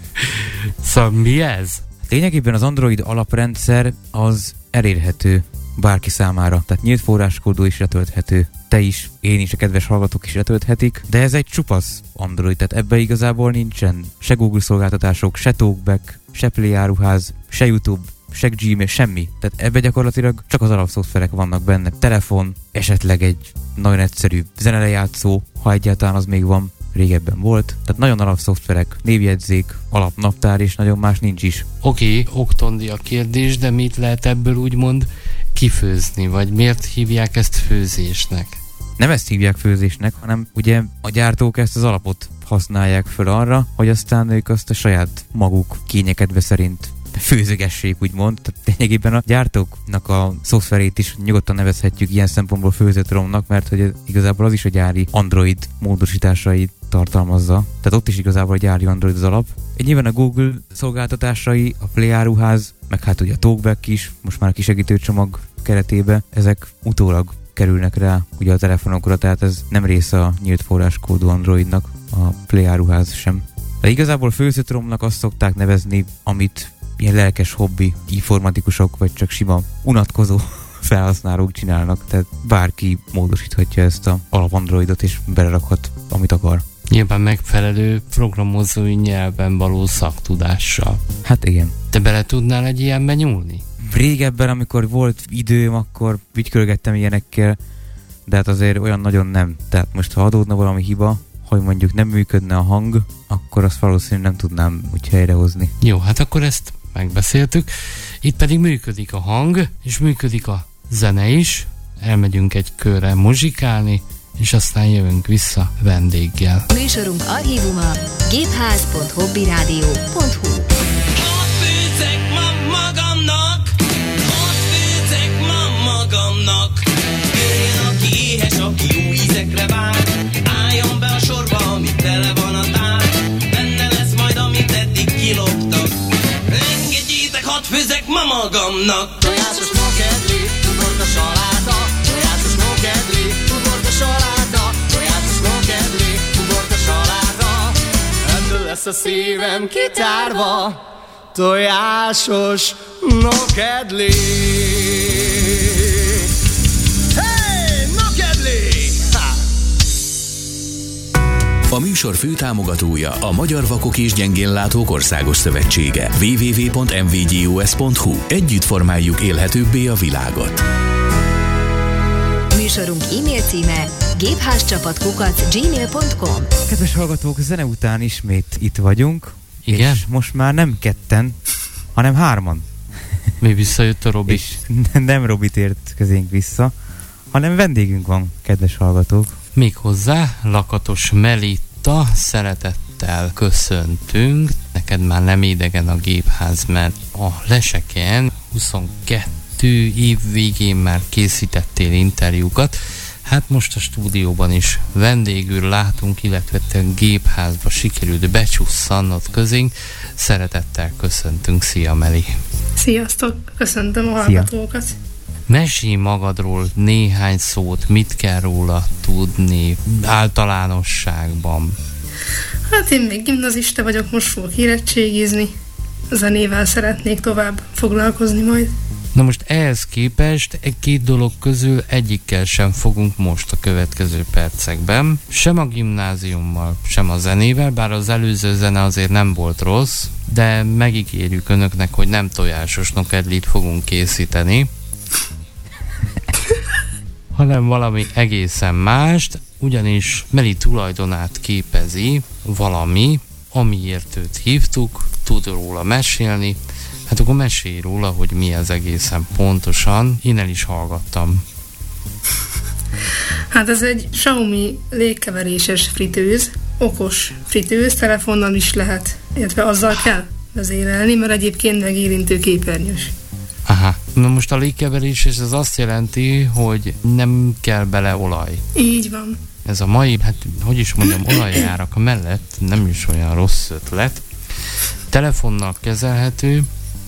Szóval mi ez? Lényegében az Android alaprendszer az elérhető bárki számára, tehát nyílt forráskódú is letölthető. Te is, én is, a kedves hallgatók is letölthetik, de ez egy csupasz Android, tehát ebbe igazából nincsen se Google szolgáltatások, se Talkback, se Play áruház, se YouTube, se Gmail, semmi. Tehát ebbe gyakorlatilag csak az alapszoftverek vannak benne. Telefon, esetleg egy nagyon egyszerű zenelejátszó, ha egyáltalán az még van, régebben volt. Tehát nagyon alapszoftverek, névjegyzék, alapnaptár és nagyon más nincs is. Oké, oktondi a kérdés, de mit lehet ebből úgymond kifőzni, vagy miért hívják ezt főzésnek? Nem ezt hívják főzésnek, hanem ugye a gyártók ezt az alapot használják föl arra, hogy aztán ők azt a saját maguk kényekedve szerint főzögessék, úgymond. Tehát lényegében a gyártóknak a szoftverét is nyugodtan nevezhetjük ilyen szempontból főzött romnak, mert hogy igazából az is a gyári Android módosításait tartalmazza. Tehát ott is igazából a gyári Android az alap. Nyilván a Google szolgáltatásai, a Play áruház, meg hát ugye a Talkback is, most már a kisegítőcsomag keretébe, ezek utólag kerülnek rá ugye a telefonokra, tehát ez nem része a nyílt forráskódú Androidnak, a Play áruház sem. De igazából főzött romnak azt szokták nevezni, amit ilyen lelkes hobbi informatikusok, vagy csak sima unatkozó felhasználók csinálnak, tehát bárki módosíthatja ezt a alap Androidot, és belerakhat, amit akar. Nyilván megfelelő programozói nyelven való szaktudással. Hát igen. Te bele tudnál egy ilyenbe nyúlni? Régebben, amikor volt időm, akkor ügykölgettem ilyenekkel, de hát azért olyan nagyon nem. Tehát most, ha adódna valami hiba, hogy mondjuk nem működne a hang, akkor azt valószínűleg nem tudnám úgy helyrehozni. Jó, hát akkor ezt megbeszéltük. Itt pedig működik a hang, és működik a zene is. Elmegyünk egy körre muzsikálni, és aztán jövünk vissza vendéggel. Műsorunk archívuma gépház.hobbyradio.hu. Ott főzek ma magamnak, jöjjön aki éhes, aki jó ízekre vár, álljon be a sorba, amit tele van a tár, benne lesz majd, amit eddig kiloptak. Engedjétek, hadd főzek ma magamnak. Tojásos mokedli, tudod a saláta, tojásos mokedli, tudod a saláta, tojásos mokedli, tudod a saláta, ebből lesz a szívem kitárva, tojásos nokedli. Hey, nokedli! A műsor főtámogatója a Magyar Vakok és Gyengénlátók Országos Szövetsége. www.mvgus.hu. Együtt formáljuk élhetőbbé a világot. Műsorunk e-mail címe gépházcsapat@gmail.com. Kedves hallgatók, zene után ismét itt vagyunk. Igen? És most már nem ketten, hanem hárman. Mi visszajött a Robi? És nem Robi tért közénk vissza, hanem vendégünk van, kedves hallgatók. Méghozzá Lakatos Melitta, szeretettel köszöntünk. Neked már nem idegen a gépház, mert a Leseken 22 év végén már készítettél interjúkat. Hát most a stúdióban is vendégül látunk, illetve te gépházba sikerült becsusszannod közénk. Szeretettel köszöntünk. Szia, Meli! Sziasztok! Köszöntöm a hallgatókat! Mesélj magadról néhány szót, mit kell róla tudni általánosságban. Hát én még gimnazista vagyok, most fogok érettségizni. Zenével szeretnék tovább foglalkozni majd. Na most ehhez képest egy-két dolog közül egyikkel sem fogunk most a következő percekben. Sem a gimnáziummal, sem a zenével, bár az előző zene azért nem volt rossz, de megígérjük önöknek, hogy nem tojásos nokedlit fogunk készíteni, hanem valami egészen mást, ugyanis Meli tulajdonát képezi valami, amiért őt hívtuk, tud róla mesélni. Hát akkor mesélj róla, hogy mi az egészen pontosan. Én el is hallgattam. Hát ez egy Xiaomi légkeveréses fritőz, okos fritőz, telefonnal is lehet, illetve azzal kell vezérelni, mert egyébként megérintő képernyős. Aha. Na most a légkeverés, és ez azt jelenti, hogy nem kell bele olaj. Így van. Ez a mai, hát hogy is mondjam, olajjárak mellett nem is olyan rossz ötlet. Telefonnal kezelhető,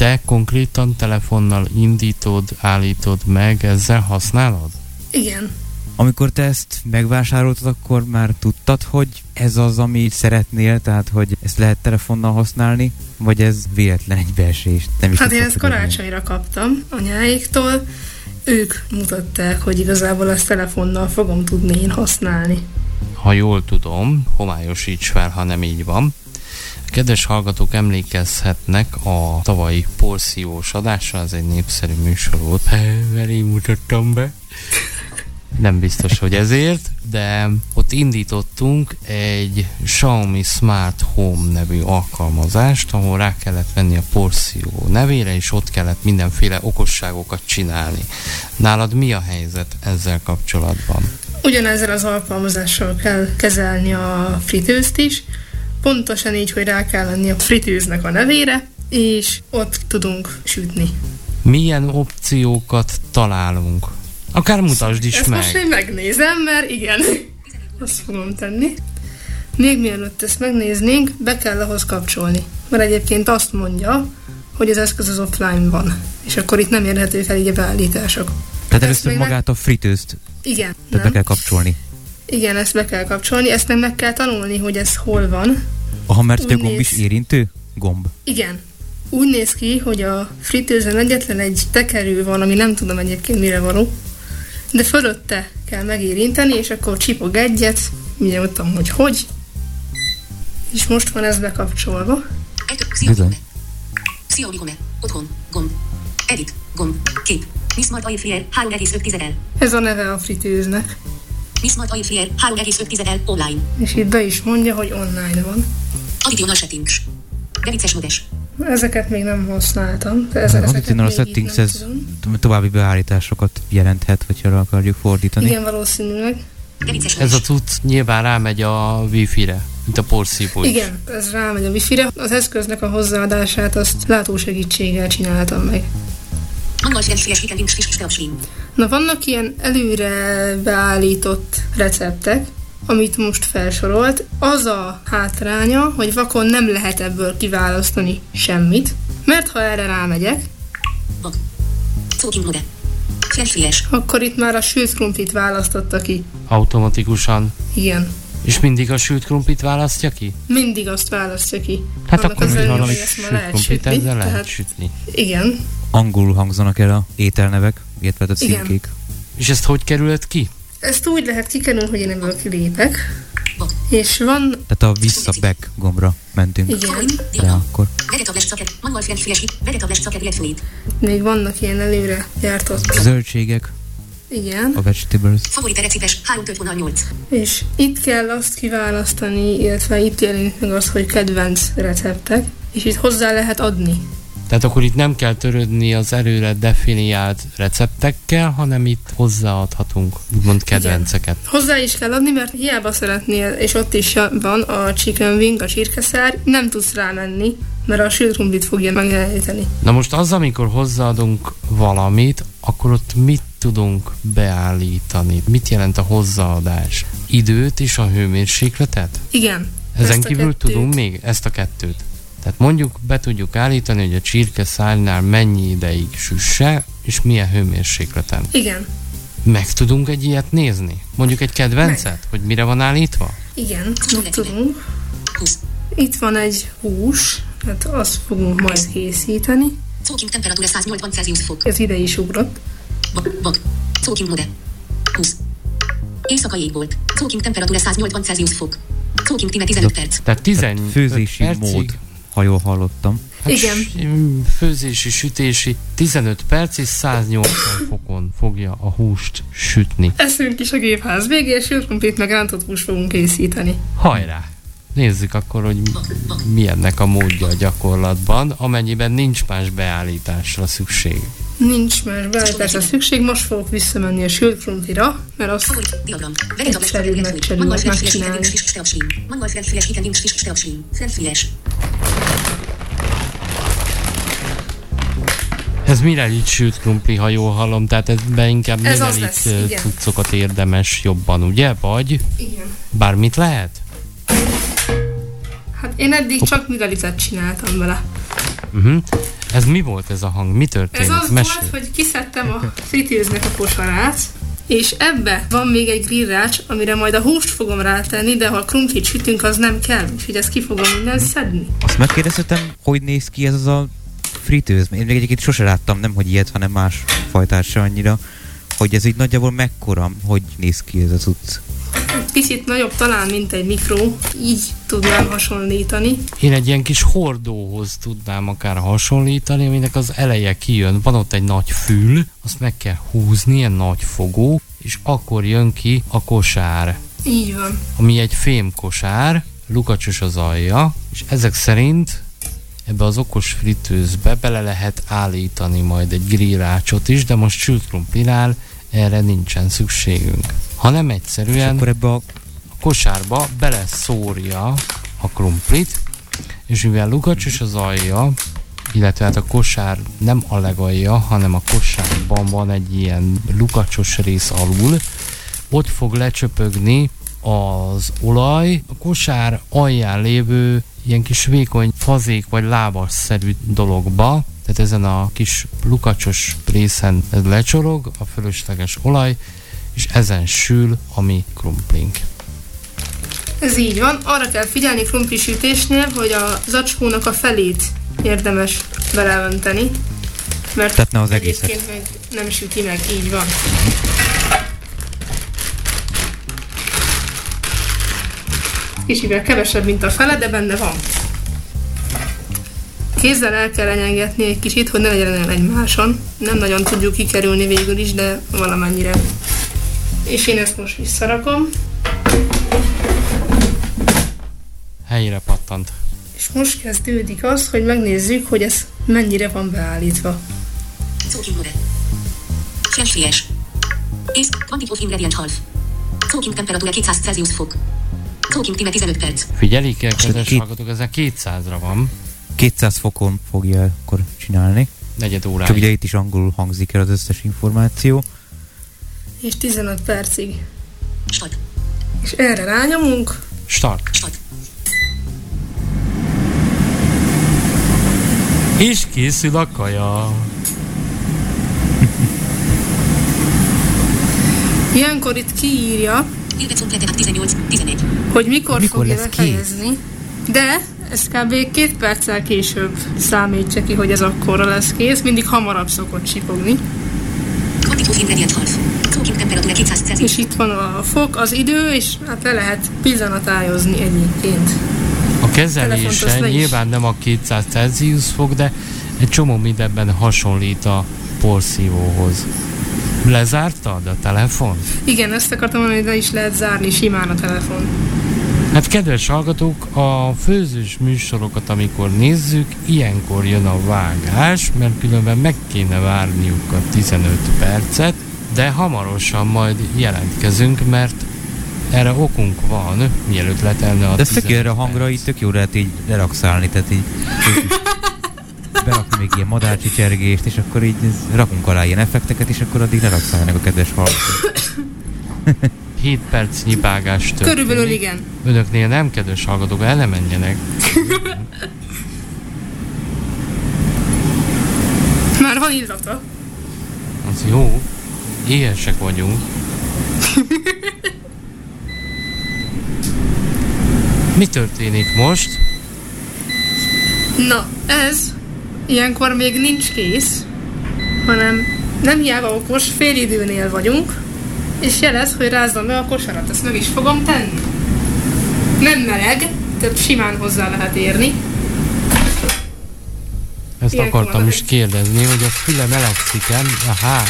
te konkrétan telefonnal indítod, állítod meg, ezzel használod? Igen. Amikor te ezt megvásároltad, akkor már tudtad, hogy ez az, amit szeretnél, tehát hogy ezt lehet telefonnal használni, vagy ez véletlen egybeesés? Hát én ezt karácsonyra kaptam anyáiktól, ők mutatták, hogy igazából ezt telefonnal fogom tudni én használni. Ha jól tudom, homályosíts fel, ha nem így van. Kedves hallgatók emlékezhetnek a tavalyi porszívós adásra, ez egy népszerű műsor volt. Mert én mutattam be. Nem biztos, hogy ezért, de ott indítottunk egy Xiaomi Smart Home nevű alkalmazást, ahol rá kellett venni a porszívó nevére, és ott kellett mindenféle okosságokat csinálni. Nálad mi a helyzet ezzel kapcsolatban? Ugyanezzel az alkalmazással kell kezelni a fritőzt is, pontosan így, hogy rá kell venni a fritőznek a nevére, és ott tudunk sütni. Milyen opciókat találunk? Akár mutasd is ezt meg. Most én megnézem, mert igen, azt fogom tenni. Még mielőtt ezt megnéznénk, be kell ahhoz kapcsolni. Mert egyébként azt mondja, hogy az eszköz az offline van. És akkor itt nem érhetők el így a beállítások. Tehát először magát a fritőzt igen, be kell kapcsolni. Igen, ezt be kell kapcsolni, ezt meg kell tanulni, hogy ez hol van. Aha, mert a gomb is érintő gomb. Igen. Úgy néz ki, hogy a fritőzen egyetlen egy tekerő van, ami nem tudom egyébként mire való, de fölötte kell megérinteni, és akkor csipog egyet, ugye mondtam, hogy, és most van ez bekapcsolva. Bizony. Xiaomi Home, otthon, gomb, edit, gomb, kép, Mi Smart Oil Fryer, 3,5L. Ez a neve a fritőznek. Mi Smart Oil Fryer, 3,5L, online. És itt be is mondja, hogy online van. Additional settings. De vicces modes. Ezeket még nem használtam. Az additional settings, ez további beállításokat jelenthet, hogyha rá akarjuk fordítani. Igen, valószínűleg. Ez a tud nyilván rámegy a Wi-Fi-re, mint a porszívó is. Igen, ez rámegy a Wi-Fi-re. Az eszköznek a hozzáadását azt látósegítséggel csináltam meg. Na, vannak ilyen előre beállított receptek, amit most felsorolt. Az a hátránya, hogy vakon nem lehet ebből kiválasztani semmit, mert ha erre rámegyek, akkor itt már a sült krumplit választotta ki. Automatikusan? Igen. És mindig a sült krumplit választja ki? Mindig azt választja ki. Hát akkor az valami sült krumplit ezzel lehet sütni. Igen. Angolul hangzanak el a ételnevek, illetve a címkék. És ezt hogy kerülhet ki? Ezt úgy lehet kikerülni, hogy én ebből kilépek. És van... Tehát a vissza-back gombra mentünk. Igen. De akkor. Még vannak ilyen előre gyártott... Zöldségek. Igen. A vegetables. És itt kell azt kiválasztani, illetve itt jelenik meg az, hogy kedvenc receptek, és itt hozzá lehet adni. Tehát akkor itt nem kell törődni az előre definiált receptekkel, hanem itt hozzáadhatunk, úgymond kedvenceket. Igen. Hozzá is kell adni, mert hiába szeretnél, és ott is van a chicken wing, a csirkeszár, nem tudsz rámenni, mert a sült krumplit fogja megjeleníteni. Na most az, amikor hozzáadunk valamit, akkor ott mit tudunk beállítani? Mit jelent a hozzáadás? Időt és a hőmérsékletet? Igen. Ezen kívül tudunk még ezt a kettőt. Tehát mondjuk be tudjuk állítani, hogy a csirkeszárnál mennyi ideig süsse, és milyen hőmérsékleten. Igen. Meg tudunk egy ilyet nézni? Mondjuk egy kedvencet? Meg. Hogy mire van állítva? Igen, meg tudunk. Itt van egy hús, hát azt fogunk majd készíteni. Cooking temperatura 180 Celsius fok. Ez ide is ugrott. Bak. Cooking mode. 20. Éjszaka jég volt. Cooking temperatura 180 Celsius fok. Cooking time 15 perc. Tehát 15 főzési percig. mód, ha jól hallottam. Hát igen. Főzési, sütési 15 perc és 180 fokon fogja a húst sütni. Eszünk is a gépház végén, sült krumplit meg rántott húst fogunk készíteni. Hajrá! Nézzük akkor, hogy mi ennek a módja a gyakorlatban, amennyiben nincs más beállításra szükség. Nincs más beállításra szükség, most fogok visszamenni a sült krumplira, mert azt egyszerűbb megcsinálni. Ez mire így sült krumpli, ha jól hallom? Tehát ebben inkább mirelit cuccokat érdemes jobban, ugye? Vagy igen. Bármit lehet? Hát én eddig csak migalitet csináltam vele. Ez mi volt ez a hang? Mi történt? Ez az volt, hogy kiszedtem a fritőznek a kosarát, és ebbe van még egy grillrács, amire majd a húst fogom rátenni, de ha a krumplit sütünk, az nem kell, úgyhogy ezt ki fogom minden szedni. Azt megkérdeztem, hogy néz ki ez az a fritőz? Én még egyébként sose láttam, nem hogy ilyet, hanem más fajtát se annyira, hogy ez így nagyjából mekkora, hogy néz ki ez az utc. Picit nagyobb talán, mint egy mikro, így tudnám hasonlítani. Én egy ilyen kis hordóhoz tudnám akár hasonlítani, aminek az eleje kijön. Van ott egy nagy fül, azt meg kell húzni, ilyen nagy fogó, és akkor jön ki a kosár. Így van. Ami egy fémkosár, lukacsos az alja, és ezek szerint ebbe az okos fritőzbe bele lehet állítani majd egy grillrácsot is, de most sült krumplinál erre nincsen szükségünk. Hanem egyszerűen akkor ebbe a kosárba beleszórja a krumplit, és mivel lukacsos az alja, illetve hát a kosár nem a legalja, hanem a kosárban van egy ilyen lukacsos rész alul, ott fog lecsöpögni az olaj, a kosár alján lévő ilyen kis vékony fazék vagy lábasszerű dologba, tehát ezen a kis lukacsos részen ez lecsorog, a fölösleges olaj, és ezen sül a mi krumplink. Ez így van. Arra kell figyelni krumplisütésnél, hogy a zacskónak a felét érdemes beleönteni, mert tehát ne az egészet. Egyébként meg nem süti meg, így van. Kicsivel kevesebb, mint a fele, de benne van. Kézzel el kell lenyegetni egy kicsit, hogy ne legyen egymáson. Nem nagyon tudjuk kikerülni végül is, de valamennyire. És én ezt most visszarakom. Helyére pattant. És most kezdődik az, hogy megnézzük, hogy ez mennyire van beállítva. Cooking mode. French fries. Quantity of ingredient half. Cooking temperature 200 Celsius fok. Cooking time 15 perc. Figyelik el, kedves hallgatók, ezzel 200-ra van. 200 fokon fogja akkor csinálni. Negyed óráig. Csak ugye itt is angolul hangzik el az összes információ. És 15 percig. Start. És erre rányomunk. Start. Start. És készül a kaja. Ilyenkor itt kiírja, hogy mikor fogja befejezni. De ez kb. 2 perccel később számítsa ki, hogy ez akkorra lesz kész. Mindig hamarabb szokott csipogni. És itt van a fok, az idő, és hát le lehet pillanatájozni egyébként. A kezelése nyilván nem a 200 Celsius fok, de egy csomó mindenben hasonlít a porszívóhoz. Lezártad a telefon? Igen, ezt akartam mondani, hogy le is lehet zárni simán a telefon. Hát kedves hallgatók, a főzős műsorokat, amikor nézzük, ilyenkor jön a vágás, mert különben meg kéne várniuk a 15 percet, de hamarosan majd jelentkezünk, mert erre okunk van, mielőtt letelne a 15 perc. De ezt erre a hangra így tök jó lehet így relaxálni, tehát így berakni még ilyen madárcsicsergést, és akkor így rakunk alá ilyen effekteket, és akkor addig relaxálnak a kedves hallgatók. 7 perc nyipágás történik. Körülbelül igen. Önöknél nem, kedves hallgatók, el ne menjenek. Már van illata. Az jó. Éhesek vagyunk. Mi történik most? Na, ez ilyenkor még nincs kész, hanem nem hiába okos, félidőnél vagyunk, és jelez, hogy rázzam be a kosarat. Ezt meg is fogom tenni. Nem meleg, tehát simán hozzá lehet érni. Ezt ilyenkor akartam is kérdezni, hogy a füle melegszik-e? Aha.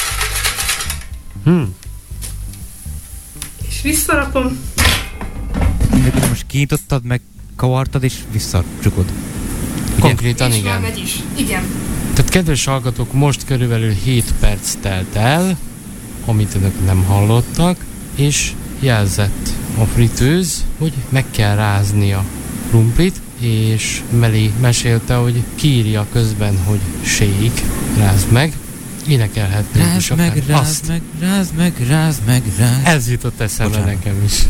És visszarakom. Mindenki most kinyitottad, meg kavartad, és visszacsukod. Konkrétan és igen. Megy is. Igen. Tehát kedves hallgatók, most körülbelül 7 perc telt el, amit önök nem hallottak, és jelzett a fritőz, hogy meg kell rázni a krumplit, és Meli mesélte, hogy kiírja közben, hogy shake, rázd meg, énekelhetnénk is akár azt. Rázd meg. Ez jutott eszembe nekem is.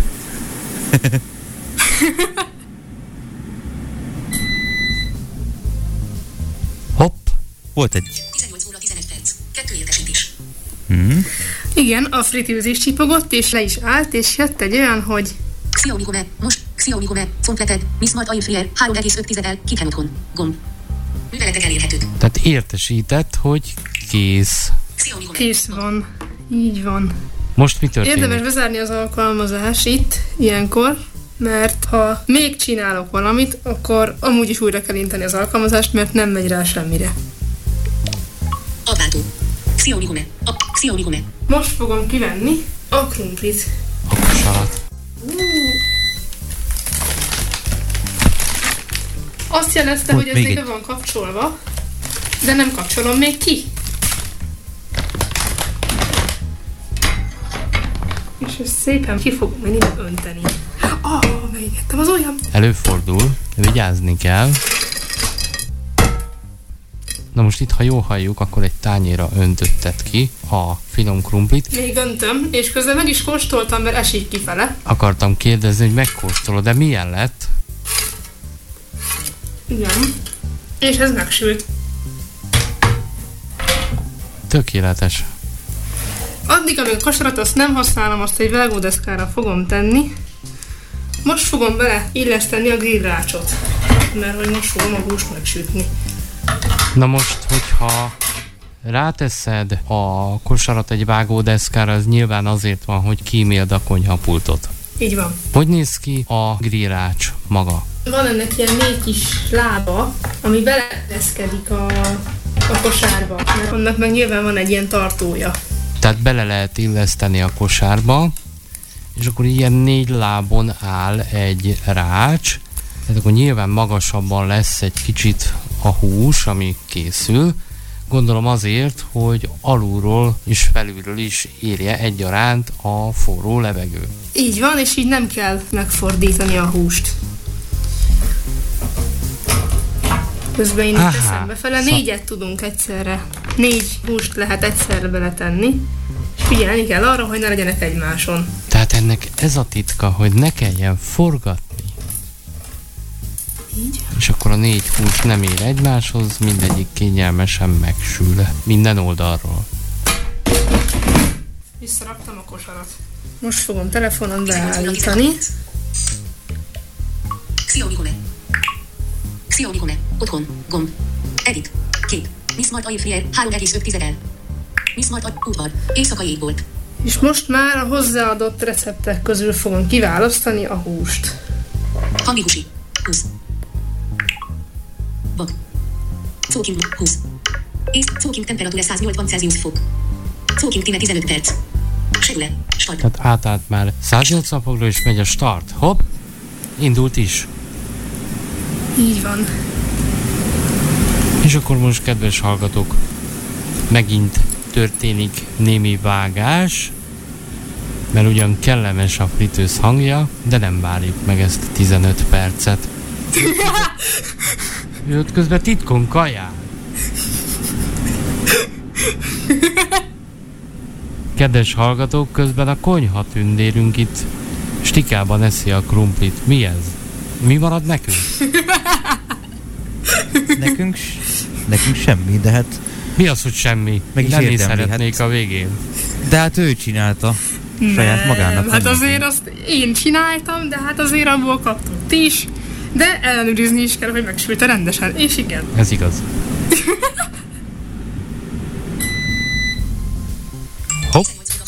Hopp! Volt egy... 18 óra 11 perc. 2 értesítés. Igen, a fritőzés csipogott, és le is állt, és jött egy olyan, hogy... Xiaomi Home. Most. Xiaomi Home. Completed. Mi Smart Air Fryer. 3,5 Kikhen otthon. Gomb. Műveletek elérhetők. Tehát értesített, hogy kész. Xiaomi Home. Kész van. Így van. Most mi történik? Érdemes bezárni az alkalmazást itt, ilyenkor, mert ha még csinálok valamit, akkor amúgy is újra kell inteni az alkalmazást, mert nem megy rá semmire. Apátó. Xiaomi Home. Xiaomi Home. Most fogom kivenni a krumplit. A kosarat. Azt jelezte, Volt hogy ez még be van kapcsolva, de nem kapcsolom még ki. És ezt szépen ki fogom menni önteni. Megigettem az ujjam. Előfordul, vigyázni kell. Na most itt, ha jól halljuk, akkor egy tányérra öntötted ki a finom krumplit. Még öntöm, és közben meg is kóstoltam, mert esik kifele. Akartam kérdezni, hogy megkóstolod, de milyen lett? Igen. És ez megsült. Tökéletes. Addig, amíg a kosarat azt nem használom, azt egy vágódeszkára fogom tenni. Most fogom bele illeszteni a grillrácsot, mert hogy most fogom a húst megsütni. Na most, hogyha ráteszed a kosarat egy vágódeszkára, az nyilván azért van, hogy kíméld a konyhapultot. Így van. Hogy néz ki a grillrács maga? Van ennek ilyen 4 kis lába, ami beleleszkedik a kosárba, mert annak meg nyilván van egy ilyen tartója. Tehát bele lehet illeszteni a kosárba, és akkor ilyen 4 lábon áll egy rács, tehát akkor nyilván magasabban lesz egy kicsit a hús, ami készül. Gondolom azért, hogy alulról és felülről is érje egyaránt a forró levegő. Így van, és így nem kell megfordítani a húst. Közben én itt teszem befele, 4-et tudunk egyszerre. 4 húst lehet egyszerre beletenni, és figyelni kell arra, hogy ne legyenek egymáson. Tehát ennek ez a titka, hogy ne kelljen forgatni. Így. És akkor a 4 hús nem ér egymáshoz, mindegyik kényelmesen megsül. Minden oldalról. Visszaraktam a kosarat. Most fogom telefonon beállítani. Xiaomi Home. Xiaomi Home. Otthon. Gomb. Edit. Kép. Mi Smart Air Fryer. 3,5 Mi Smart udvar. Éjszakai égbolt. És most már a hozzáadott receptek közül fogom kiválasztani a húst. Hambigusi. 20. Vak. Cóking 20. Cóking temperatúra 180 Celsius fok. Cóking time 15 perc. Segule. Start. Tehát átállt már 180 fokra és megy a start. Hopp. Indult is. Így van. És akkor most, kedves hallgatók, megint történik némi vágás, mert ugyan kellemes a fritőz hangja, de nem várjuk meg ezt 15 percet. Jött közben titkon kajál. Kedves hallgatók, közben a konyha tündérünk itt stikában eszi a krumplit. Mi ez? Mi marad nekünk? Nekünk semmi, de hát... Mi az, hogy semmi? Meg is lenni érdemli, szeretnék hát... a végén. De hát ő csinálta. Saját magának. Hát azért azt én csináltam, de hát azért abból kaptunk is. De ellenőrizni is kell, hogy megsült rendesen. És igen. Ez igaz. Hopp.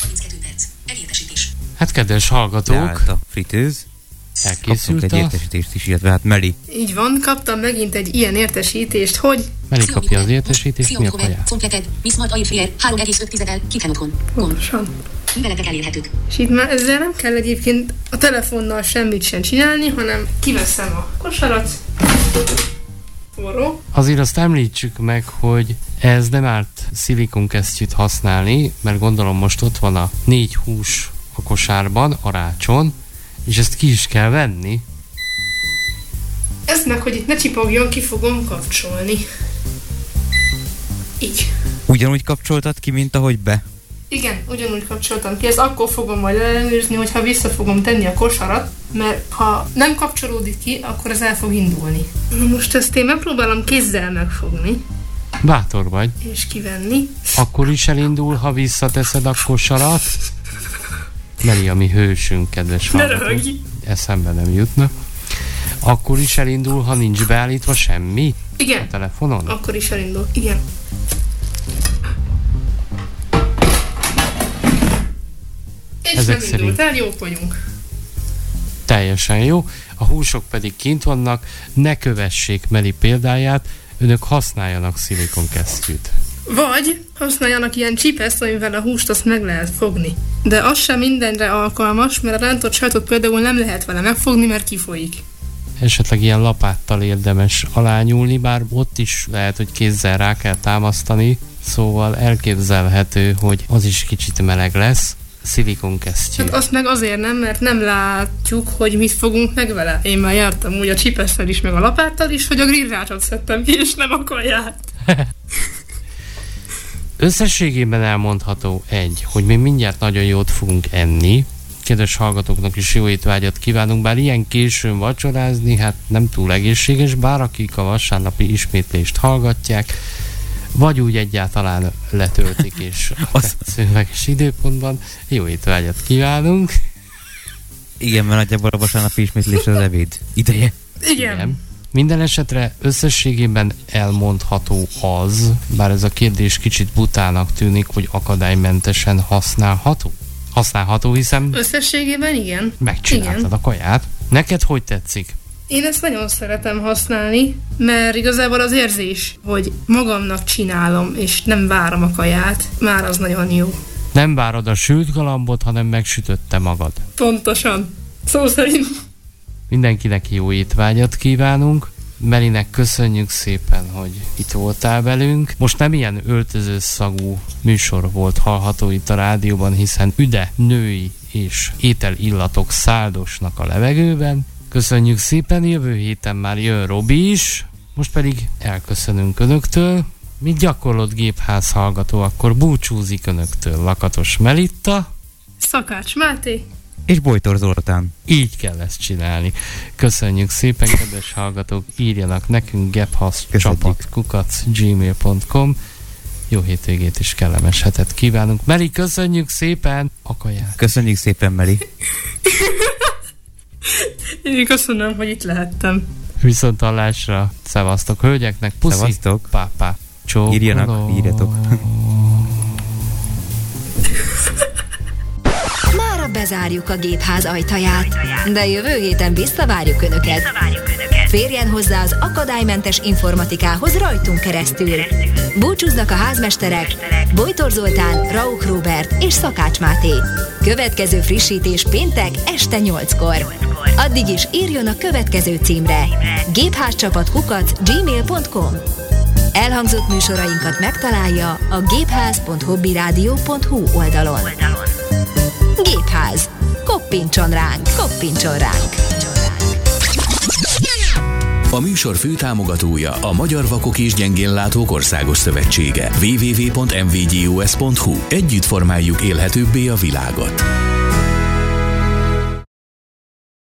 Hát kedves hallgatók. Leállt a fritőz. Elkészült egy értesítést is, illetve hát Meli. Így van, kaptam megint egy ilyen értesítést, hogy... Meli kapja az értesítést, mi a kaját? Completed. Mi Smart Air Fryer. 3,5 Kikhen otthon. Pontosan. Műveletek elérhetők. És itt már ezzel nem kell egyébként a telefonnal semmit sem csinálni, hanem kiveszem a kosarat. Forró. Azért azt említsük meg, hogy ez nem árt szilikonkesztyűt használni, mert gondolom most ott van a 4 hús a kosárban, a rácson, és ezt ki is kell venni. Ezt meg, hogy itt ne csipogjon, ki fogom kapcsolni. Így. Ugyanúgy kapcsoltad ki, mint ahogy be? Igen, ugyanúgy kapcsoltam ki. Ezt akkor fogom majd ellenőrizni, hogyha vissza fogom tenni a kosarat, mert ha nem kapcsolódik ki, akkor ez el fog indulni. Na most ezt én megpróbálom kézzel megfogni. Bátor vagy. És kivenni. Akkor is elindul, ha visszateszed a kosarat. Meli, ami hősünk, kedves hallgatók. Eszembe nem jutna. Akkor is elindul, ha nincs beállítva semmi? Igen. A telefonon? Akkor is elindul, igen. És ezek nem szerint indult el, jók vagyunk. Teljesen jó. A húsok pedig kint vannak. Ne kövessék Meli példáját, önök használjanak szilikonkesztyűt. Vagy használjanak ilyen csipeszt, amivel a húst azt meg lehet fogni. De az sem mindenre alkalmas, mert a rántott sajtot például nem lehet vele megfogni, mert kifolyik. Esetleg ilyen lapáttal érdemes alányúlni, bár ott is lehet, hogy kézzel rá kell támasztani, szóval elképzelhető, hogy az is kicsit meleg lesz. Szilikonkesztyű. Hát azt meg azért nem, mert nem látjuk, hogy mit fogunk meg vele. Én már jártam úgy a csipesszel is, meg a lapáttal is, hogy a grillrácsot szedtem ki, és nem a kaját. Összességében elmondható hogy mi mindjárt nagyon jót fogunk enni. Kedves hallgatóknak is jó étvágyat kívánunk, bár ilyen későn vacsorázni, hát nem túl egészséges, bár akik a vasárnapi ismétlést hallgatják, vagy úgy egyáltalán letöltik, és a tetszőleges időpontban jó étvágyat kívánunk. Igen, mert nagyjából a vasárnapi ismétlés az ebéd ideje. Igen. Minden esetre összességében elmondható az, bár ez a kérdés kicsit butának tűnik, hogy akadálymentesen használható. Használható, hiszen összességében igen. Megcsináltad a kaját. Neked hogy tetszik? Én ezt nagyon szeretem használni, mert igazából az érzés, hogy magamnak csinálom, és nem várom a kaját, már az nagyon jó. Nem várod a sült galambot, hanem megsütötte magad. Pontosan. Szó szerint. Mindenkinek jó étvágyat kívánunk. Melinek köszönjük szépen, hogy itt voltál velünk. Most nem ilyen öltözős szagú műsor volt hallható itt a rádióban, hiszen üde, női és ételillatok száldosnak a levegőben. Köszönjük szépen, jövő héten már jön Robi is, most pedig elköszönünk önöktől. Mint gyakorlott gépház hallgató, akkor búcsúzik önöktől Lakatos Melitta, Szakács Máté és Bojtor Zoltán. Így kell ezt csinálni. Köszönjük szépen, kedves hallgatók, írjanak nekünk gephaszcsapat@gmail.com. Jó hétvégét és kellemes hetet kívánunk. Meli, köszönjük szépen a kaját. Köszönjük szépen, Meli. Én köszönöm, hogy itt lehettem. Viszonthallásra. Szevasztok hölgyeknek. Puszi. Szevasztok. Pápá. Csókolom. Írjatok. Mára bezárjuk a gépház ajtaját, de jövő héten visszavárjuk Önöket. Férjen hozzá az akadálymentes informatikához rajtunk keresztül. Búcsúznak a házmesterek Bojtor Zoltán, Rauch Róbert és Szakács Máté. Következő frissítés péntek este 8-kor. Addig is írjon a következő címre: gépházcsapat@gmail.com. Elhangzott műsorainkat megtalálja a gépház.hobbiradio.hu oldalon. Gépház. Koppintson ránk, koppintson ránk. A műsor főtámogatója a Magyar Vakok és Gyengénlátók Országos Szövetsége. www.mvgus.hu. Együtt formáljuk élhetőbbé a világot.